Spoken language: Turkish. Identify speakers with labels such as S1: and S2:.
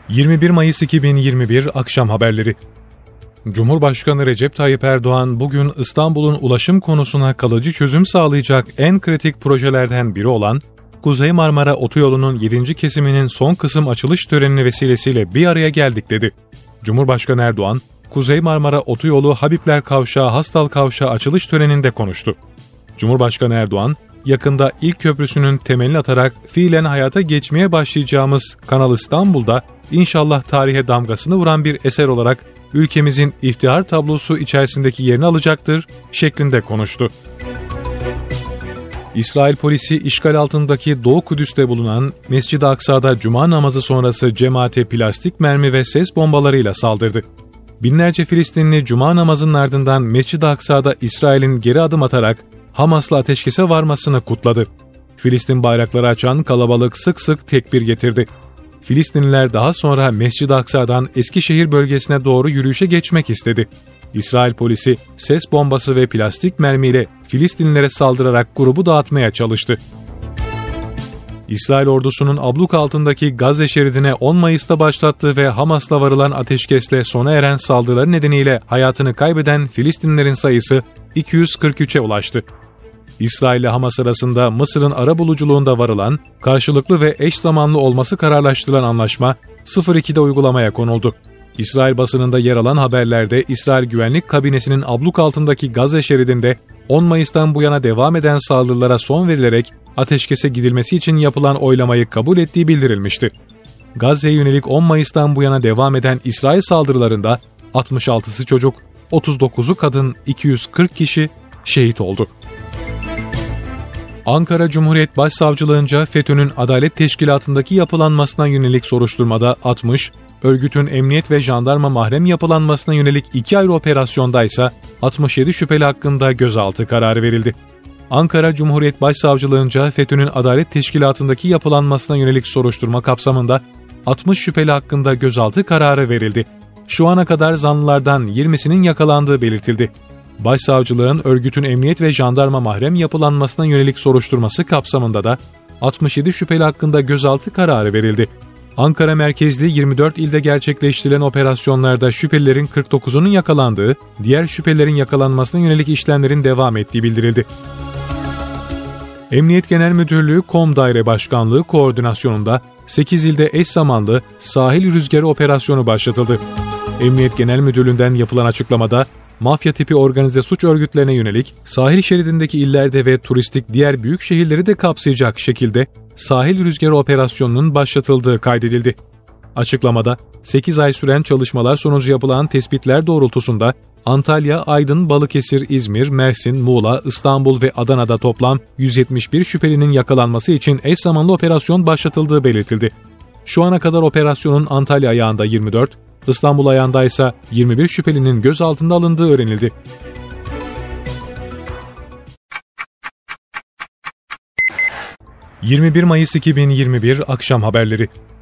S1: 21 Mayıs 2021 Akşam Haberleri. Cumhurbaşkanı Recep Tayyip Erdoğan bugün İstanbul'un ulaşım konusuna kalıcı çözüm sağlayacak en kritik projelerden biri olan Kuzey Marmara Otoyolu'nun 7. kesiminin son kısım açılış töreni vesilesiyle bir araya geldik dedi. Cumhurbaşkanı Erdoğan, Kuzey Marmara Otoyolu Habibler Kavşağı Hastal Kavşağı açılış töreninde konuştu. Cumhurbaşkanı Erdoğan, yakında ilk köprüsünün temelini atarak fiilen hayata geçmeye başlayacağımız Kanal İstanbul'da inşallah tarihe damgasını vuran bir eser olarak ülkemizin iftihar tablosu içerisindeki yerini alacaktır şeklinde konuştu. İsrail polisi işgal altındaki Doğu Kudüs'te bulunan Mescid-i Aksa'da cuma namazı sonrası cemaate plastik mermi ve ses bombalarıyla saldırdı. Binlerce Filistinli cuma namazının ardından Mescid-i Aksa'da İsrail'in geri adım atarak Hamas'la ateşkese varmasını kutladı. Filistin bayrakları açan kalabalık sık sık tekbir getirdi. Filistinliler daha sonra Mescid-i Aksa'dan Eskişehir bölgesine doğru yürüyüşe geçmek istedi. İsrail polisi ses bombası ve plastik mermiyle Filistinlilere saldırarak grubu dağıtmaya çalıştı. İsrail ordusunun abluk altındaki Gazze şeridine 10 Mayıs'ta başlattığı ve Hamas'la varılan ateşkesle sona eren saldırıları nedeniyle hayatını kaybeden Filistinlilerin sayısı 243'e ulaştı. İsrail ile Hamas arasında Mısır'ın arabuluculuğunda varılan, karşılıklı ve eş zamanlı olması kararlaştırılan anlaşma 02'de uygulamaya konuldu. İsrail basınında yer alan haberlerde İsrail Güvenlik Kabinesi'nin abluk altındaki Gazze şeridinde 10 Mayıs'tan bu yana devam eden saldırılara son verilerek ateşkese gidilmesi için yapılan oylamayı kabul ettiği bildirilmişti. Gazze'ye yönelik 10 Mayıs'tan bu yana devam eden İsrail saldırılarında 66'sı çocuk, 39'u kadın, 240 kişi şehit oldu. Ankara Cumhuriyet Başsavcılığınca FETÖ'nün Adalet Teşkilatı'ndaki yapılanmasına yönelik soruşturmada 60, örgütün emniyet ve jandarma mahrem yapılanmasına yönelik 2 ayrı operasyonda ise 67 şüpheli hakkında gözaltı kararı verildi. Ankara Cumhuriyet Başsavcılığınca FETÖ'nün Adalet Teşkilatı'ndaki yapılanmasına yönelik soruşturma kapsamında 60 şüpheli hakkında gözaltı kararı verildi. Şu ana kadar zanlılardan 20'sinin yakalandığı belirtildi. Başsavcılığın örgütün emniyet ve jandarma mahrem yapılanmasına yönelik soruşturması kapsamında da 67 şüpheli hakkında gözaltı kararı verildi. Ankara merkezli 24 ilde gerçekleştirilen operasyonlarda şüphelilerin 49'unun yakalandığı, diğer şüphelilerin yakalanmasına yönelik işlemlerin devam ettiği bildirildi. Emniyet Genel Müdürlüğü KOM Daire Başkanlığı koordinasyonunda 8 ilde eş zamanlı sahil rüzgarı operasyonu başlatıldı. Emniyet Genel Müdürlüğü'nden yapılan açıklamada, mafya tipi organize suç örgütlerine yönelik sahil şeridindeki illerde ve turistik diğer büyük şehirleri de kapsayacak şekilde sahil rüzgarı operasyonunun başlatıldığı kaydedildi. Açıklamada 8 ay süren çalışmalar sonucu yapılan tespitler doğrultusunda Antalya, Aydın, Balıkesir, İzmir, Mersin, Muğla, İstanbul ve Adana'da toplam 171 şüphelinin yakalanması için eş zamanlı operasyon başlatıldığı belirtildi. Şu ana kadar operasyonun Antalya ayağında 24, İstanbul ayağında ise 21 şüphelinin gözaltına alındığı öğrenildi. ...21 Mayıs 2021 Akşam Haberleri.